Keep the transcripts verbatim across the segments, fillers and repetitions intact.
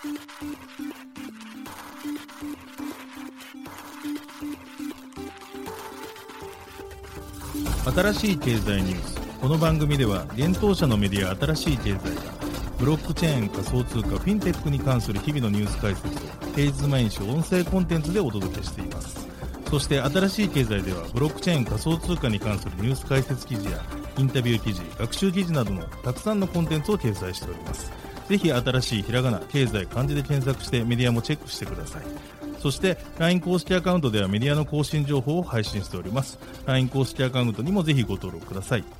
新しい経済ニュース。この番組では現当社のメディア新しい経済がブロックチェーン、仮想通貨、フィンテックに関する日々のニュース解説を平日毎日音声コンテンツでお届けしています。そして新しい経済ではブロックチェーン、仮想通貨に関するニュース解説記事やインタビュー記事、学習記事などのたくさんのコンテンツを掲載しております。ぜひ新しいひらがな、経済、漢字で検索してメディアもチェックしてください。そして ライン 公式アカウントではメディアの更新情報を配信しております。 ライン 公式アカウントにもぜひご登録ください。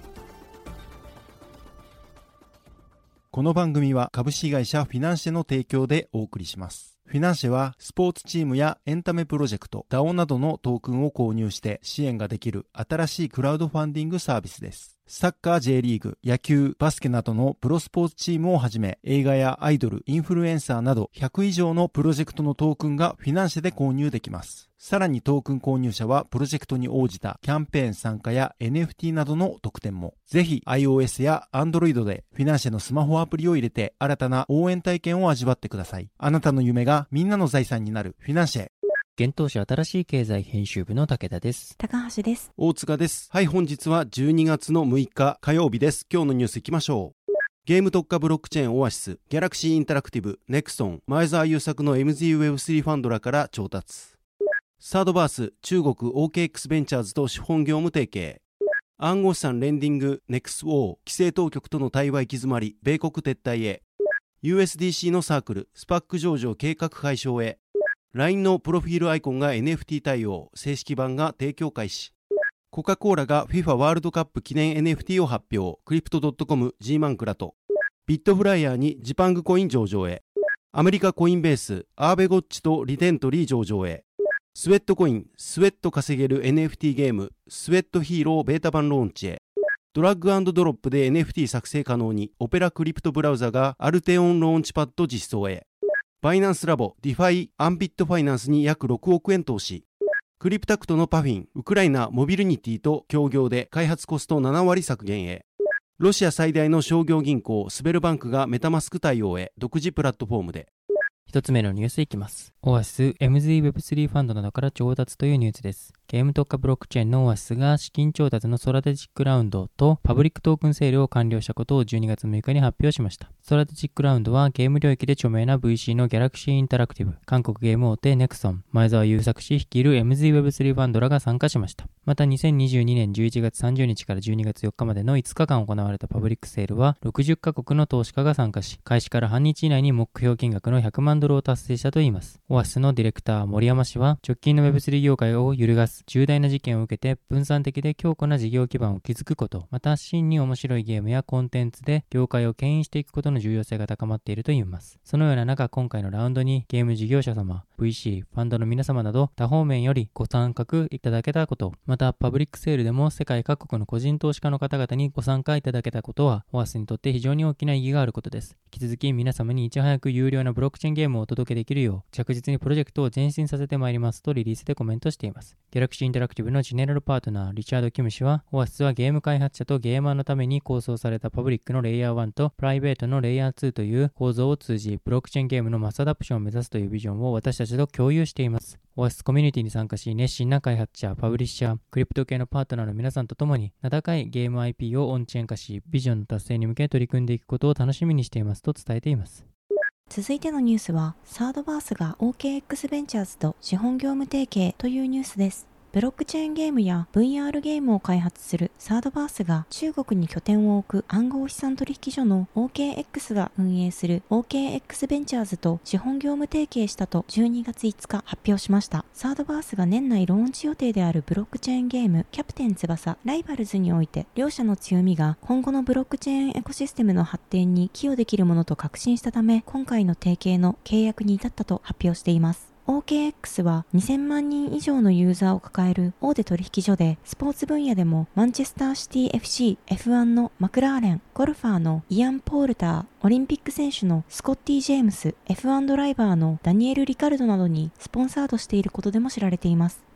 この番組は株式会社フィナンシェの提供でお送りします。フィナンシェはスポーツチームやエンタメプロジェクト、ダオ などのトークンを購入して支援ができる新しいクラウドファンディングサービスです。サッカー J リーグ、野球、バスケなどのプロスポーツチームをはじめ、映画やアイドル、インフルエンサーなどひゃく以上のプロジェクトのトークンがフィナンシェで購入できます。さらにトークン購入者はプロジェクトに応じたキャンペーン参加や エヌエフティー などの特典も。ぜひ iOS や Android でフィナンシェのスマホアプリを入れて新たな応援体験を味わってください。あなたの夢がみんなの財産になるフィナンシェ。 現当社新しい経済編集部の武田です。 高橋です。 大塚です。はい、本日はじゅうにがつのむいか火曜日です。今日のニュースいきましょう。ゲーム特化ブロックチェーンオアシス、ギャラクシーインタラクティブ、ネクソン、前澤友作の エムジーウェブスリー ファンドらから調達。サードバース、中国 オーケーエックス ベンチャーズと資本業務提携。暗号資産レンディング、ネクスウォー、規制当局との対話行き詰まり、米国撤退へ。ユーエスディーシー のサークル、スパック上場計画解消へ。ライン のプロフィールアイコンが エヌエフティー 対応、正式版が提供開始。コカ・コーラが フィファ ワールドカップ記念 エヌエフティー を発表。クリプト ドットコム、G マンクラと。ビットフライヤーにジパングコイン上場へ。アメリカコインベース、アーベゴッチとリテントリー上場へ。スウェットコイン、スウェット稼げる エヌエフティー ゲーム、スウェットヒーローベータ版ローンチへ。ドラッグ&ドロップで エヌエフティー 作成可能に、オペラクリプトブラウザがアルテオンローンチパッド実装へ。バイナンスラボ、ディファイ、アンビットファイナンスに約ろくおくえん投資。クリプタクトのパフィン、ウクライナモビルニティと協業で開発コストななわり削減へ。ロシア最大の商業銀行スベルバンクがメタマスク対応へ独自プラットフォームで。 一つ目のニュースいきます。オアシス エムジーウェブスリー ファンドなどから調達というニュースです。ゲーム特化ブロックチェーンのオアシスが資金調達のストラテジックラウンドとパブリックトークンセールを完了したことをじゅうにがつむいかに発表しました。ストラテジックラウンドはゲーム領域で著名な ブイシー のギャラクシーインタラクティブ、韓国ゲーム大手ネクソン、前澤友作氏率いる エムジーウェブスリー ファンドらが参加しました。またにせんにじゅうにねんじゅういちがつさんじゅうにちからじゅうにがつよっかまでのいつかかん行われたパブリックセールはろくじゅっかこくの投資家が参加し、開始から半日以内に目標金額のひゃくまんドルを達成したといいます。オアシスのディレクター森山氏は、直近の ウェブスリー 業界を揺るがす重大な事件を受けて分散的で強固な事業基盤を築くこと、また真に面白いゲームやコンテンツで業界を牽引していくことの重要性が高まっているといいます。そのような中、今回のラウンドにゲーム事業者様、ブイシー、ファンドの皆様など多方面よりご参画いただけたこと、またパブリックセールでも世界各国の個人投資家の方々にご参加いただけたことは、オアシスにとって非常に大きな意義があることです。引き続き皆様にいち早く有料なブロックチェーンゲームをお届けできるよう、着実にプロジェクトを前進させてまいりますとリリースでコメントしています。ギャラクシーインタラクティブのジェネラルパートナーリチャード・キム氏は、オアシスはゲーム開発者とゲーマーのために構想されたパブリックのレイヤーワンとプライベートのレイヤーツーという構造を通じ、ブロックチェーンゲームのマスアダプションを目指すというビジョンを私たちと共有しています。オアシスコミュニティに参加し、熱心な開発者、パブリッシャー、クリプト系のパートナーの皆さんと共に名高いゲーム アイピー をオンチェーン化し、ビジョンの達成に向け取り組んでいくことを楽しみにしていますと伝えています。 続いてのニュースは、サードバースが オーケーエックス ベンチャーズと資本業務提携というニュースです。ブロックチェーンゲームや ブイアール ゲームを開発するサードバースが中国に拠点を置く暗号資産取引所の オーケーエックス が運営する オーケーエックス ベンチャーズと資本業務提携したとじゅうにがついつか発表しました。サードバースが年内ローンチ予定であるブロックチェーンゲームキャプテン翼ライバルズにおいて、両社の強みが今後のブロックチェーンエコシステムの発展に寄与できるものと確信したため、今回の提携の契約に至ったと発表しています。オーケーエックス はにせんまんにん以上のユーザーを抱える大手取引所で、スポーツ分野でもマンチェスターシティ エフシー、エフワン のマクラーレン、ゴルファーのイアン・ポールター、オリンピック選手のスコッティ・ジェームス、エフワン ドライバーのダニエル・リカルドなどにスポンサードしていることでも知られています。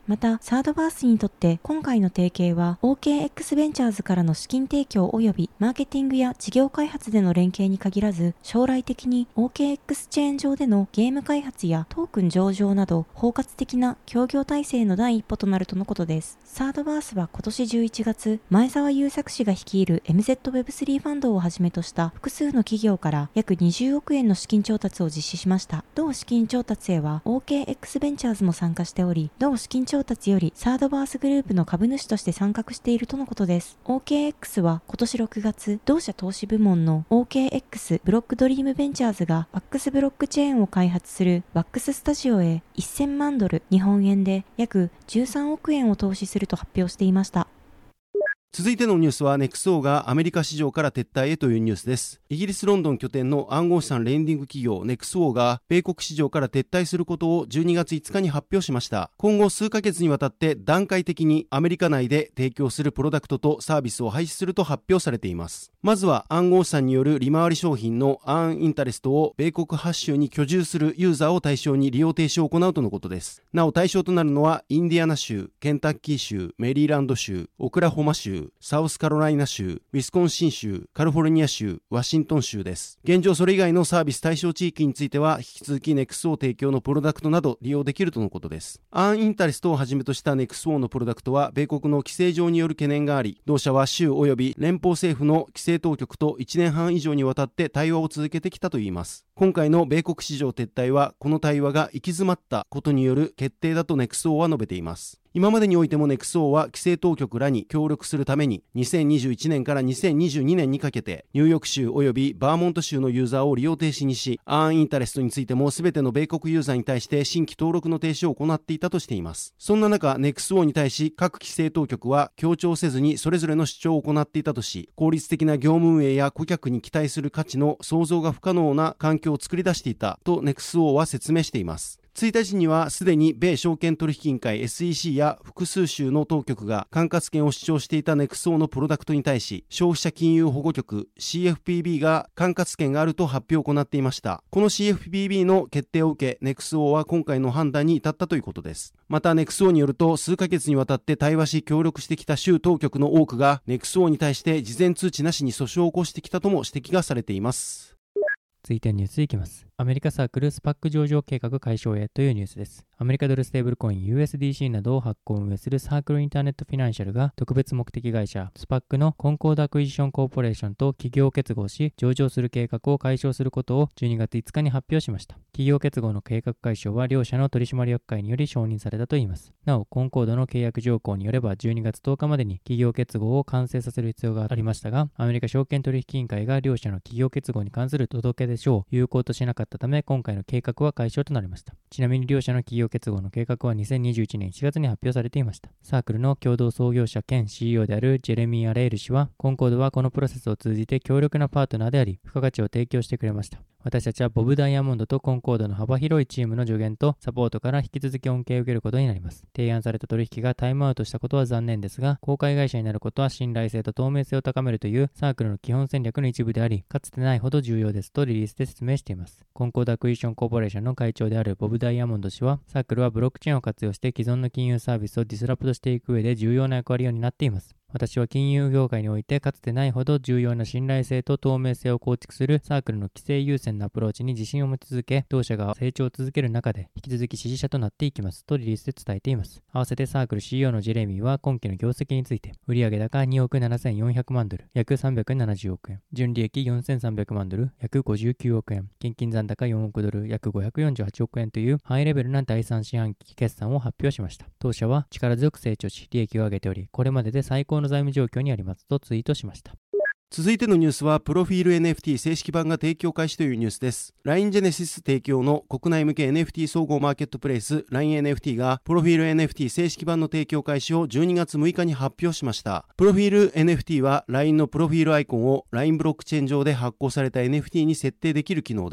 また、サードバースにとって今回の提携は オーケーエックス ベンチャーズからの資金提供及びマーケティングや事業開発での連携に限らず、将来的に オーケーエックス チェーン上でのゲーム開発やトークン上場など包括的な協業体制の第一歩となるとのことです。サードバースは今年じゅういちがつ、前澤友作氏が率いる エムゼットウェブスリー ファンドをはじめとした複数の企業から約にじゅうおくえんの資金調達を実施しました。同資金調達へは オーケーエックス ベンチャーズも参加しており、同資金調達よりサードバースグループの株主として参画しているとのことです。オーケーエックス は今年ろくがつ、同社投資部門の オーケーエックス ブロックドリームベンチャーズが ワックス ブロックチェーンを開発する ワックス スタジオへせんまんドル、日本円で約じゅうさんおくえんを投資すると発表していました。 続いてのニュースは ネクスオー がアメリカ市場から撤退へというニュースです。イギリス・ロンドン拠点の暗号資産レンディング企業 ネクスオー が米国市場から撤退することをじゅうにがついつかに発表しました。今後数ヶ月にわたって段階的にアメリカ内で提供するプロダクトとサービスを廃止すると発表されています。まずは暗号資産による利回り商品のアーンインタレストを米国はち州に居住するユーザーを対象に利用停止を行うとのことです。なお対象となるのはインディアナ州、ケンタッキー州、メリーランド州、オクラホマ州、サウスカロライナ州、ウィスコンシン州、カリフォルニア州、ワシントン州です。現状それ以外のサービス対象地域については引き続き ネクスオー 提供のプロダクトなど利用できるとのことです。アーンインタレストをはじめとした ネクスオー のプロダクトは米国の規制上による懸念があり、同社は州及び連邦政府の規制当局といちねんはん以上にわたって対話を続けてきたといいます。今回の米国市場撤退はこの対話が行き詰まったことによる決定だと ネクスオー は述べています。今までにおいても ネクスオー は規制当局らに協力するためににせんにじゅういちねんからにせんにじゅうにねんにかけてニューヨーク州及びバーモント州のユーザーを利用停止にし、アーンインタレストについても全ての米国ユーザーに対して新規登録の停止を行っていたとしています。そんな中 ネクスオー に対し各規制当局は協調せずにそれぞれの主張を行っていたとし、効率的な業務運営や顧客に期待する価値の創造が不可能な環境を作り出していたと ネクスオー は説明しています。ついたちにはすでに米証券取引委員会 エスイーシー や複数州の当局が管轄権を主張していた ネクスオー のプロダクトに対し、消費者金融保護局 シーエフピービー が管轄権があると発表を行っていました。この シーエフピービー の決定を受け ネクスオー は今回の判断に至ったということです。また ネクスオー によると数ヶ月にわたって対話し協力してきた州当局の多くが ネクスオー に対して事前通知なしに訴訟を起こしてきたとも指摘がされています。 続いてニュースいきます。アメリカサークルスパック上場計画解消へというニュースです。アメリカドルステーブルコイン ユーエスディーシー などを発行運営するサークルインターネットフィナンシャルが特別目的会社スパックのコンコードアクイジションコーポレーションと企業結合し上場する計画を解消することをじゅうにがついつかに発表しました。企業結合の計画解消は両社の取締役会により承認されたといいます。なおコンコードの契約条項によればじゅうにがつとおかまでに企業結合を完成させる必要がありましたが、アメリカ証券取引委員会が両社の企業結合に関する届出書を有効としなかったため今回の計画は解消となりました。ちなみに両社の企業結合の計画はにせんにじゅういちねんしちがつに発表されていました。サークルの共同創業者兼 シーイーオー であるジェレミー・アレール氏は、コンコードはこのプロセスを通じて強力なパートナーであり、付加価値を提供してくれました。私たちはボブ・ダイヤモンドとコンコードの幅広いチームの助言とサポートから引き続き恩恵を受けることになります。提案された取引がタイムアウトしたことは残念ですが、公開会社になることは信頼性と透明性を高めるというサークルの基本戦略の一部であり、かつてないほど重要ですとリリースで説明しています。コンコードアクイジションコーポレーションの会長であるボブ・ダイヤモンド氏は、サークルはブロックチェーンを活用して既存の金融サービスをディスラプトしていく上で重要な役割を担っています。私は金融業界においてかつてないほど重要な信頼性と透明性を構築するサークルの規制優先なアプローチに自信を持ち続け、同社が成長を続ける中で引き続き支持者となっていきますとリリースで伝えています。合わせてサークル シーイーオー のジェレミーは今期の業績について、売上高におくななせんよんひゃくまんドル、約さんびゃくななじゅうおくえん、純利益よんせんさんびゃくまんドル、約ごじゅうきゅうおくえん、現金残高よんおくドル、約ごひゃくよんじゅうはちおくえんというハイレベルな第三四半期決算を発表しました。当社は力強く成長し利益を上げており、これまでで最高の財務状況にありますとツイートしました。 続いてのニュースはプロフィール エヌエフティー 正式版が提供開始というニュースです。 ライン ジェネシス提供の国内向け エヌエフティー 総合マーケットプレイス ライン エヌエフティー がプロフィール エヌエフティー 正式版の提供開始をじゅうにがつむいかに発表しました。プロフィール エヌエフティー は ライン のプロフィールアイコンを ライン ブロックチェーン上で発行された エヌエフティー に設定できる機能です。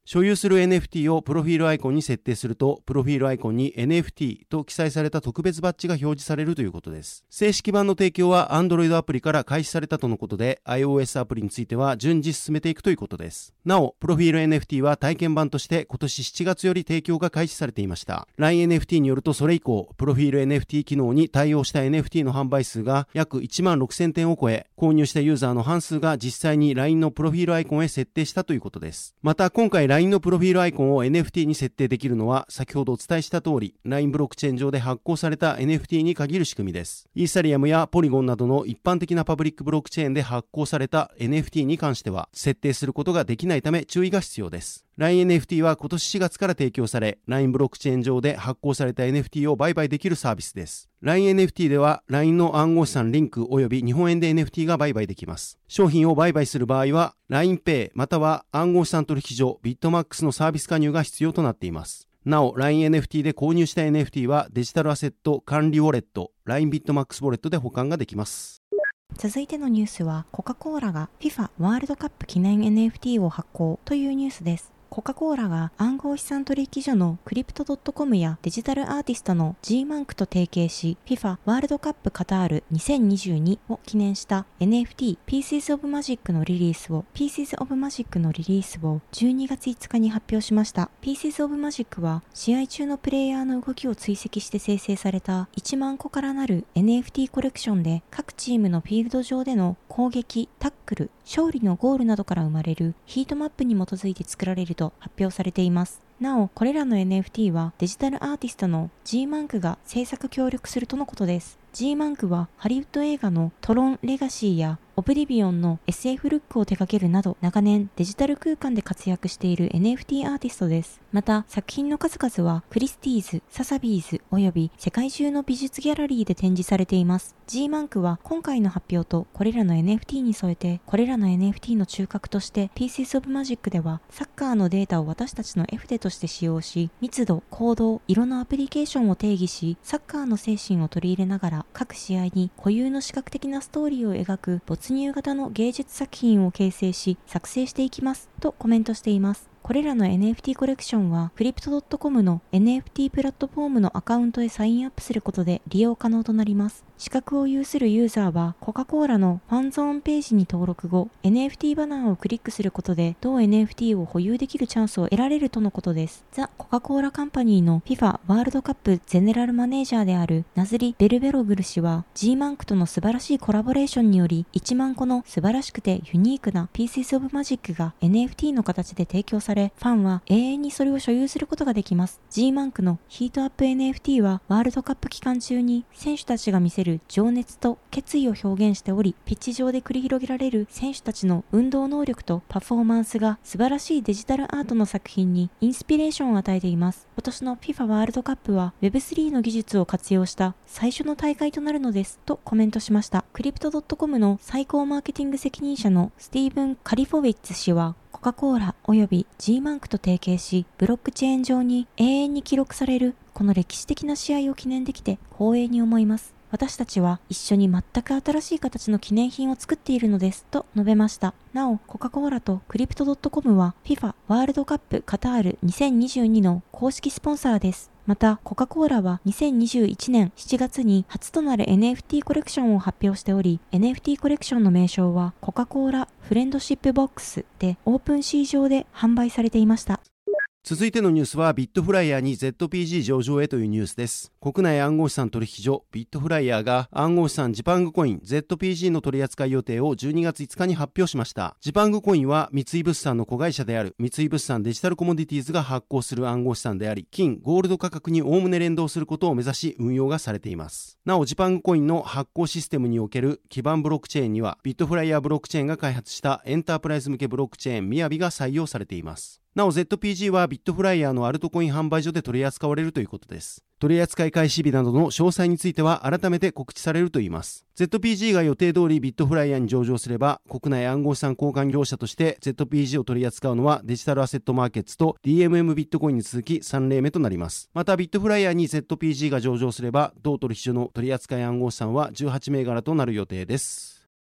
所有する エヌエフティー をプロフィールアイコンに設定すると、プロフィールアイコンに エヌエフティー と記載された特別バッジが表示されるということです。正式版の提供は Android アプリから開始されたとのことで、iOS アプリについては順次進めていくということです。なお、プロフィール エヌエフティー は体験版として今年しちがつより提供が開始されていました。ラインエヌエフティー によると、それ以降、プロフィール エヌエフティー 機能に対応した エヌエフティー の販売数が約いちまんろくせんてんを超え、購入したユーザーの半数が実際に ライン のプロフィールアイコンへ設定したということです。また、今回 ライン のプロフィールアイコンを エヌエフティー に設定できるのは、先ほどお伝えした通り、ライン ブロックチェーン上で発行された エヌエフティー に限る仕組みです。イーサリアムやポリゴンなどの一般的なパブリックブロックチェーンで発行された エヌエフティー に関しては、設定することができないため注意が必要です。ラインエヌエフティー は今年しがつから提供され、ライン ブロックチェーン上で発行された エヌエフティー を売買できるサービスです。ラインエヌエフティー では ライン の暗号資産リンク及び日本円で エヌエフティー が売買できます。商品を売買する場合は ラインペイ または暗号資産取引所ビットマックスのサービス加入が必要となっています。なお、ラインエヌエフティー で購入した エヌエフティー はデジタルアセット管理ウォレット、ライン ビットマックスウォレットで保管ができます。 続いてのニュースは、コカ・コーラが FIFA ワールドカップ記念 エヌエフティー を発行というニュースです。コカ・コーラが暗号資産取引所のクリプト .com やデジタルアーティストの G マンクと提携し FIFA ワールドカップカタールにせんにじゅうにを記念した エヌエフティー Pieces of Magic のリリースを Pieces of Magic のリリースをじゅうにがついつかに発表しました。 Pieces of Magic は試合中のプレイヤーの動きを追跡して生成されたいちまんこからなる エヌエフティー コレクションで、各チームのフィールド上での攻撃、タックル、勝利のゴールなどから生まれるヒートマップに基づいて作られると発表されています。なお、これらの エヌエフティー はデジタルアーティストの G マンクが制作協力するとのことです。G マンクはハリウッド映画のトロン・レガシーやオブリビオンの エスエフ ルックを手掛けるなど、長年デジタル空間で活躍している エヌエフティー アーティストです。また、作品の数々はクリスティーズ、ササビーズおよび世界中の美術ギャラリーで展示されています。G マンクは今回の発表とこれらの エヌエフティー に添えて、これらの エヌエフティー の中核として Pieces of Magic ではサッカーのデータを私たちの絵筆として使用し、密度、行動、色のアプリケーションを定義し、サッカーの精神を取り入れながら各試合に固有の視覚的なストーリーを描く没入型の芸術作品を形成し作成していきますとコメントしています。これらの エヌエフティー コレクションはクリプト .com の エヌエフティー プラットフォームのアカウントへサインアップすることで利用可能となります。資格を有するユーザーはコカ・コーラのファンゾーンページに登録後、エヌエフティー バナーをクリックすることで同 エヌエフティー を保有できるチャンスを得られるとのことです。ザ・コカ・コーラカンパニーの FIFA ワールドカップゼネラルマネージャーであるナズリ・ベルベログル氏は G マンクとの素晴らしいコラボレーションによりいちまんこの素晴らしくてユニークな Pieces of Magic が エヌエフティー の形で提供され、ファンは永遠にそれを所有することができます。G マンクのヒートアップ エヌエフティー はワールドカップ期間中に選手たちが見せる情熱と決意を表現しており、ピッチ上で繰り広げられる選手たちの運動能力とパフォーマンスが素晴らしいデジタルアートの作品にインスピレーションを与えています。今年の FIFA ワールドカップは ウェブスリー の技術を活用した最初の大会となるのですとコメントしました。クリプト .com の最高マーケティング責任者のスティーブン・カリフォウィッツ氏は、コカ・コーラおよび G マンクと提携し、ブロックチェーン上に永遠に記録されるこの歴史的な試合を記念できて光栄に思います。私たちは一緒に全く新しい形の記念品を作っているのですと述べました。なお、コカ・コーラとクリプト .com は FIFA ワールドカップカタールにせんにじゅうにの公式スポンサーです。また、コカ・コーラはにせんにじゅういちねんしちがつに初となる エヌエフティー コレクションを発表しており、エヌエフティー コレクションの名称はコカ・コーラフレンドシップボックスでオープンシー上で販売されていました。 続いてのニュースはビットフライヤーに ゼットピージー 上場へというニュースです。国内暗号資産取引所ビットフライヤーが暗号資産ジパングコイン ゼットピージー の取り扱い予定をじゅうにがついつかに発表しました。ジパングコインは三井物産の子会社である三井物産デジタルコモディティーズが発行する暗号資産であり、金・ゴールド価格におおむね連動することを目指し運用がされています。なお、ジパングコインの発行システムにおける基盤ブロックチェーンにはビットフライヤーブロックチェーンが開発したエンタープライズ向けブロックチェーンみやびが採用されています。なお ゼットピージー はビットフライヤーのアルトコイン販売所で取り扱われるということです。取扱い開始日などの詳細については改めて告知されるといいます。ゼットピージー が予定通りビットフライヤーに上場すれば、国内暗号資産交換業者として ゼットピージー を取り扱うのはデジタルアセットマーケッツと ディーエムエム ビットコインに続きさん例目となります。またビットフライヤーに ゼットピージー が上場すれば、同取引所の取扱い暗号資産はじゅうはち銘柄となる予定です。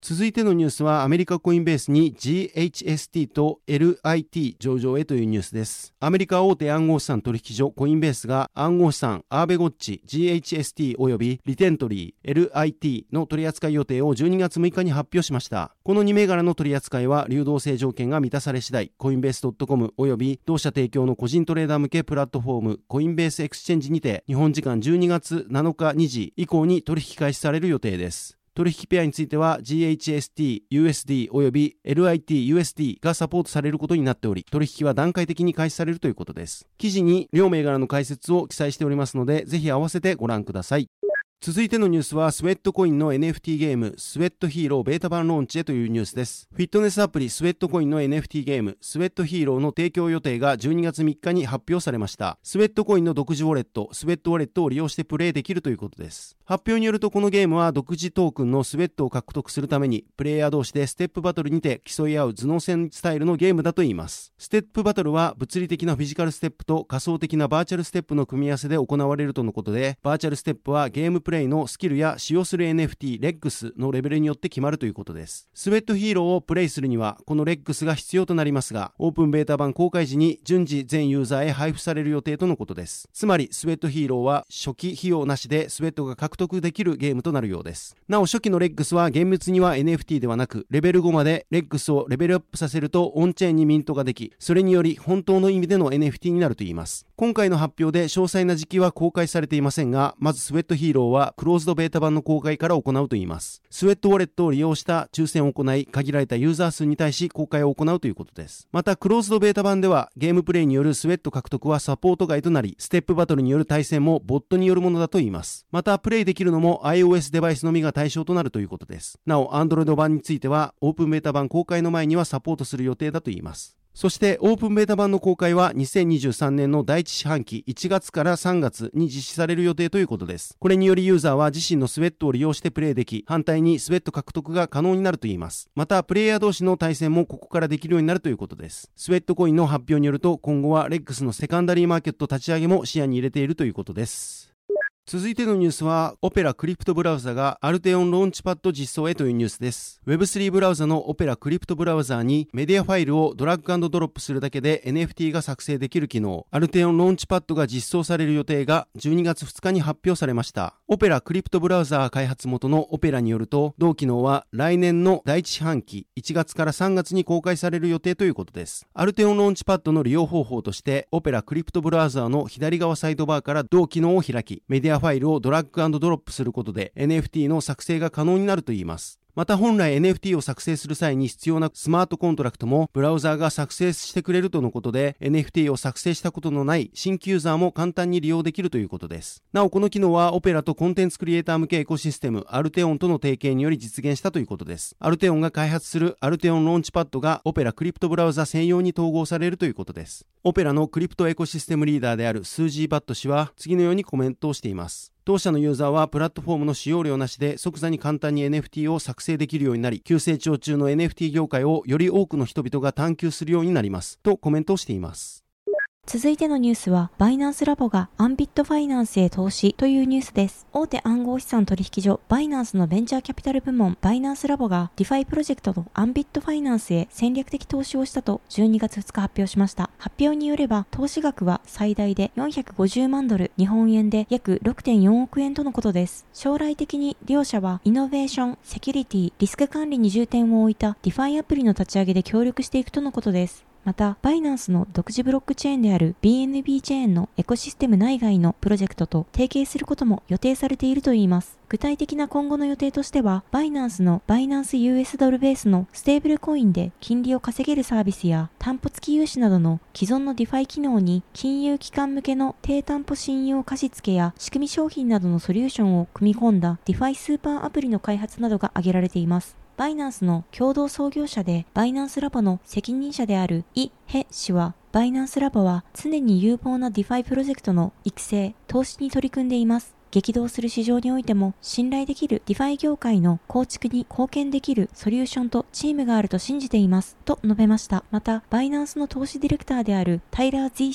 続いてのニュースはアメリカコインベースに ジーエイチエスティー と エルアイティー 上場へというニュースです。アメリカ大手暗号資産取引所コインベースが暗号資産アーベゴッチ ジーエイチエスティー およびリテントリー エルアイティー の取扱い予定をじゅうにがつむいかに発表しました。このに銘柄の取り扱いは流動性条件が満たされ次第、コインベース ドットコム および同社提供の個人トレーダー向けプラットフォームコインベースエクスチェンジにて日本時間じゅうにがつなのかにじ以降に取引開始される予定です。取引ペアについては ジーエイチエスティー ユーエスディー および エルアイティー ユーエスディー がサポートされることになっており、取引は段階的に開始されるということです。記事に両銘柄の解説を記載しておりますので、ぜひ合わせてご覧ください。続いてのニュースはスウェットコインの エヌエフティー ゲームスウェットヒーローベータ版ローンチへというニュースです。フィットネスアプリスウェットコインの エヌエフティー ゲームスウェットヒーローの提供予定がじゅうにがつみっかに発表されました。スウェットコインの独自ウォレットスウェットウォレットを利用してプレイできるということです。発表によるとこのゲームは独自トークンのスウェットを獲得するためにプレイヤー同士でステップバトルにて競い合う頭脳戦スタイルのゲームだといいます。ステップバトルは物理的なフィジカルステップと仮想的なバーチャルステップの組み合わせで行われるとのことで、バーチャルステップはゲームプレイのスキルや使用する エヌエフティー レッグスのレベルによって決まるということです。スウェットヒーローをプレイするにはこのレッグスが必要となりますが、オープンベータ版公開時に順次全ユーザーへ配布される予定とのことです。つまりスウェットヒーローは初期費用なしでスウェットが獲得できるゲームとなるようです。なお初期のレッグスは厳密には エヌエフティー ではなく、レベルごまでレッグスをレベルアップさせるとオンチェーンにミントができ、それにより本当の意味での エヌエフティー になるといいます。今回の発表で詳細な時期は公開されていませんが、まずスウェットヒーローはクローズドベータ版の公開から行うといいます。スウェットウォレットを利用した抽選を行い、限られたユーザー数に対し公開を行うということです。またクローズドベータ版ではゲームプレイによるスウェット獲得はサポート外となり、ステップバトルによる対戦もボットによるものだといいます。またプレイできるのも iOS デバイスのみが対象となるということです。なお Android 版についてはオープンベータ版公開の前にはサポートする予定だといいます。そしてオープンベータ版の公開はにせんにじゅうさんねんのだいいち四半期いちがつからさんがつに実施される予定ということです。これによりユーザーは自身のスウェットを利用してプレイでき、反対にスウェット獲得が可能になるといいます。またプレイヤー同士の対戦もここからできるようになるということです。スウェットコインの発表によると、今後はレックスのセカンダリーマーケット立ち上げも視野に入れているということです。続いてのニュースは、オペラクリプトブラウザがアルテオンローンチパッド実装へというニュースです。ウェブスリー ブラウザのオペラクリプトブラウザにメディアファイルをドラッグ&ドロップするだけで エヌエフティー が作成できる機能、アルテオンローンチパッドが実装される予定がじゅうにがつふつかに発表されました。オペラクリプトブラウザ開発元のオペラによると、同機能は来年のだいいち四半期いちがつからさんがつに公開される予定ということです。アルテオンローンチパッドの利用方法として、オペラクリプトブラウザの左側サイドバーから同機能を開き、メディアファイルをドラッグ&ドロップすることで エヌエフティー の作成が可能になるといいます。また本来 エヌエフティー を作成する際に必要なスマートコントラクトもブラウザーが作成してくれるとのことで、 エヌエフティー を作成したことのない新規ユーザーも簡単に利用できるということです。なおこの機能はオペラとコンテンツクリエイター向けエコシステムアルテオンとの提携により実現したということです。アルテオンが開発するアルテオンローンチパッドがオペラクリプトブラウザ専用に統合されるということです。オペラのクリプトエコシステムリーダーであるスージーバット氏は次のようにコメントをしています。当社のユーザーはプラットフォームの使用料なしで即座に簡単に エヌエフティー を作成できるようになり、急成長中の エヌエフティー 業界をより多くの人々が探求するようになりますとコメントをしています。 続いてのニュースは、バイナンスラボがアンビットファイナンスへ投資というニュースです。大手暗号資産取引所バイナンスのベンチャーキャピタル部門バイナンスラボが ディファイ プロジェクトのアンビットファイナンスへ戦略的投資をしたとじゅうにがつふつか発表しました。発表によれば、投資額は最大でよんひゃくごじゅうまんドル、日本円で約 ろくてんよんおくえんとのことです。将来的に両社はイノベーション、セキュリティ、リスク管理に重点を置いた ディファイ アプリの立ち上げで協力していくとのことです。また、バイナンスの独自ブロックチェーンである ビーエヌビー チェーンのエコシステム内外のプロジェクトと提携することも予定されているといいます。具体的な今後の予定としては、バイナンスのバイナンス ユーエス ドルベースのステーブルコインで金利を稼げるサービスや、担保付き融資などの既存の ディファイ 機能に金融機関向けの低担保信用貸付や仕組み商品などのソリューションを組み込んだ ディファイ スーパーアプリの開発などが挙げられています。バイナンスの共同創業者でバイナンスラボの責任者であるイ・ヘ氏は、バイナンスラボは常に有望な ディファイ プロジェクトの育成、投資に取り組んでいます。激動する市場においても信頼できる ディファイ 業界の構築に貢献できるソリューションとチームがあると信じていますと述べました。また、バイナンスの投資ディレクターであるタイラー・ゼィ氏は、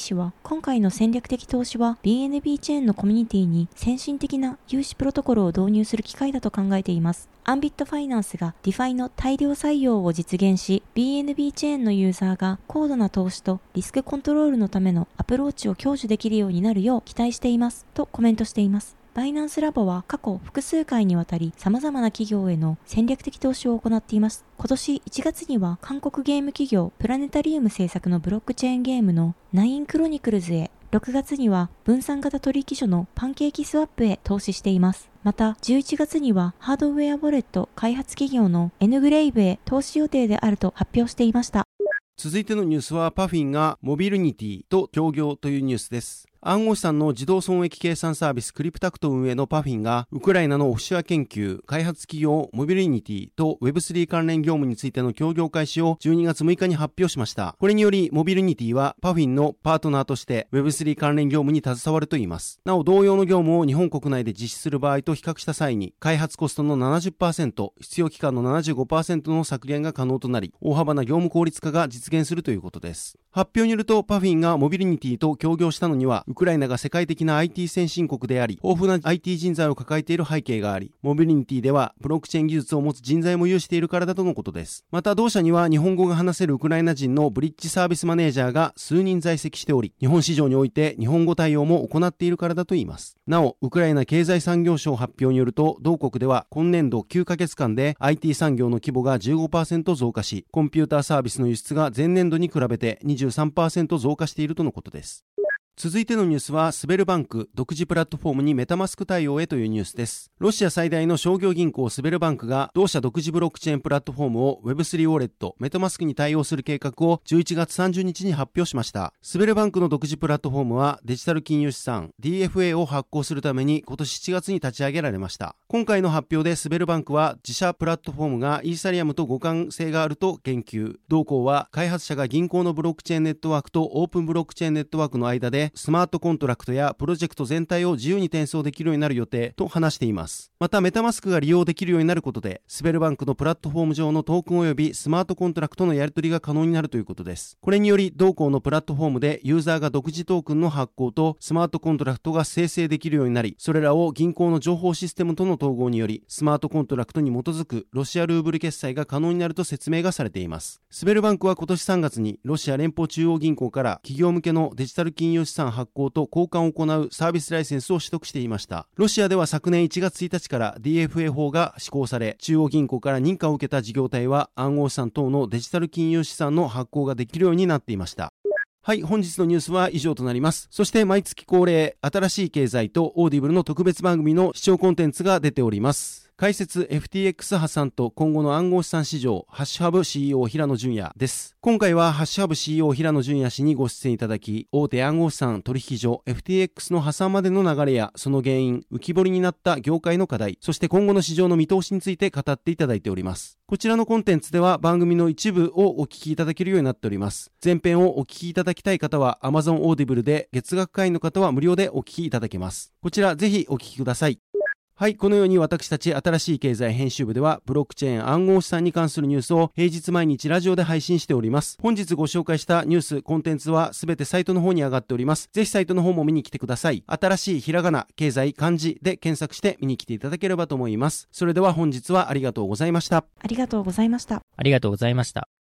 今回の戦略的投資は ビーエヌビー チェーンのコミュニティに先進的な融資プロトコルを導入する機会だと考えています。アンビットファイナンスが ディファイ の大量採用を実現し、ビーエヌビー チェーンのユーザーが高度な投資とリスクコントロールのためのアプローチを享受できるようになるよう期待していますとコメントしています。バイナンスラボは過去複数回にわたり様々な企業への戦略的投資を行っています。今年いちがつには韓国ゲーム企業プラネタリウム制作のブロックチェーンゲームのナインクロニクルズへ、ろくがつには分散型取引所のパンケーキスワップへ投資しています。またじゅういちがつにはハードウェアウォレット開発企業のエヌグレイブへ投資予定であると発表していました。 続いてのニュースはパフィンがモビルニティと協業というニュースです。暗号資産の自動損益計算サービスクリプタクト運営のパフィンがウクライナのオフショア研究開発企業モビリニティと ウェブスリー 関連業務についての協業開始をじゅうにがつむいかに発表しました。これによりモビリニティはパフィンのパートナーとして ウェブスリー 関連業務に携わるといいます。なお同様の業務を日本国内で実施する場合と比較した際に開発コストの ななじゅっパーセント、必要期間の ななじゅうごパーセント の削減が可能となり、大幅な業務効率化が実現するということです。発表によるとパフィンがモビリニティと協業したのにはウクライナが世界的な アイティー 先進国であり豊富な アイティー 人材を抱えている背景があり、モビリニティではブロックチェーン技術を持つ人材も有しているからだとのことです。また同社には日本語が話せるウクライナ人のブリッジサービスマネージャーが数人在籍しており、日本市場において日本語対応も行っているからだといいます。なおウクライナ経済産業省発表によると、同国では今年度きゅうかげつかんで アイティー 産業の規模が じゅうごパーセント 増加し、コンピューターサービスの輸出が前年度に比べて にじゅうさんパーセント 増加しているとのことです。続いてのニュースはスベルバンク独自プラットフォームにメタマスク対応へというニュースです。ロシア最大の商業銀行スベルバンクが同社独自ブロックチェーンプラットフォームを ウェブスリー ウォレットメタマスクに対応する計画をじゅういちがつさんじゅうにちに発表しました。スベルバンクの独自プラットフォームはデジタル金融資産 ディーエフエー を発行するために今年しちがつに立ち上げられました。今回の発表でスベルバンクは自社プラットフォームがイーサリアムと互換性があると言及。同行は開発者が銀行のブロックチェーンネットワークとオープンブロックチェーンネットワークの間でスマートコントラクトやプロジェクト全体を自由に転送できるようになる予定と話しています。またメタマスクが利用できるようになることでスベルバンクのプラットフォーム上のトークン及びスマートコントラクトのやり取りが可能になるということです。これにより同行のプラットフォームでユーザーが独自トークンの発行とスマートコントラクトが生成できるようになり、それらを銀行の情報システムとの統合によりスマートコントラクトに基づくロシアルーブル決済が可能になると説明がされています。スベルバンクは今年さんがつにロシア連邦中央銀行から企業向けのデジタル金融資産発行と交換を行うサービスライセンスを取得していました。ロシアでは昨年いちがつついたちから ディーエフエー 法が施行され、中央銀行から認可を受けた事業体は暗号資産等のデジタル金融資産の発行ができるようになっていました。はい、本日のニュースは以上となります。そして毎月恒例、新しい経済とオーディブルの特別番組の視聴コンテンツが出ております。解説 エフティーエックス 破産と今後の暗号資産市場、ハッシュハブ シーイーオー 平野純也です。今回はハッシュハブ シーイーオー 平野純也氏にご出演いただき、大手暗号資産取引所 エフティーエックス の破産までの流れやその原因、浮き彫りになった業界の課題、そして今後の市場の見通しについて語っていただいております。こちらのコンテンツでは番組の一部をお聞きいただけるようになっております。前編をお聞きいただきたい方は Amazon Audible で、月額会員の方は無料でお聞きいただけます。こちらぜひお聞きください。はい、このように私たち新しい経済編集部ではブロックチェーン暗号資産に関するニュースを平日毎日ラジオで配信しております。本日ご紹介したニュースコンテンツはすべてサイトの方に上がっております。ぜひサイトの方も見に来てください。新しいひらがな経済漢字で検索して見に来ていただければと思います。それでは本日はありがとうございました。 ありがとうございました。 ありがとうございました。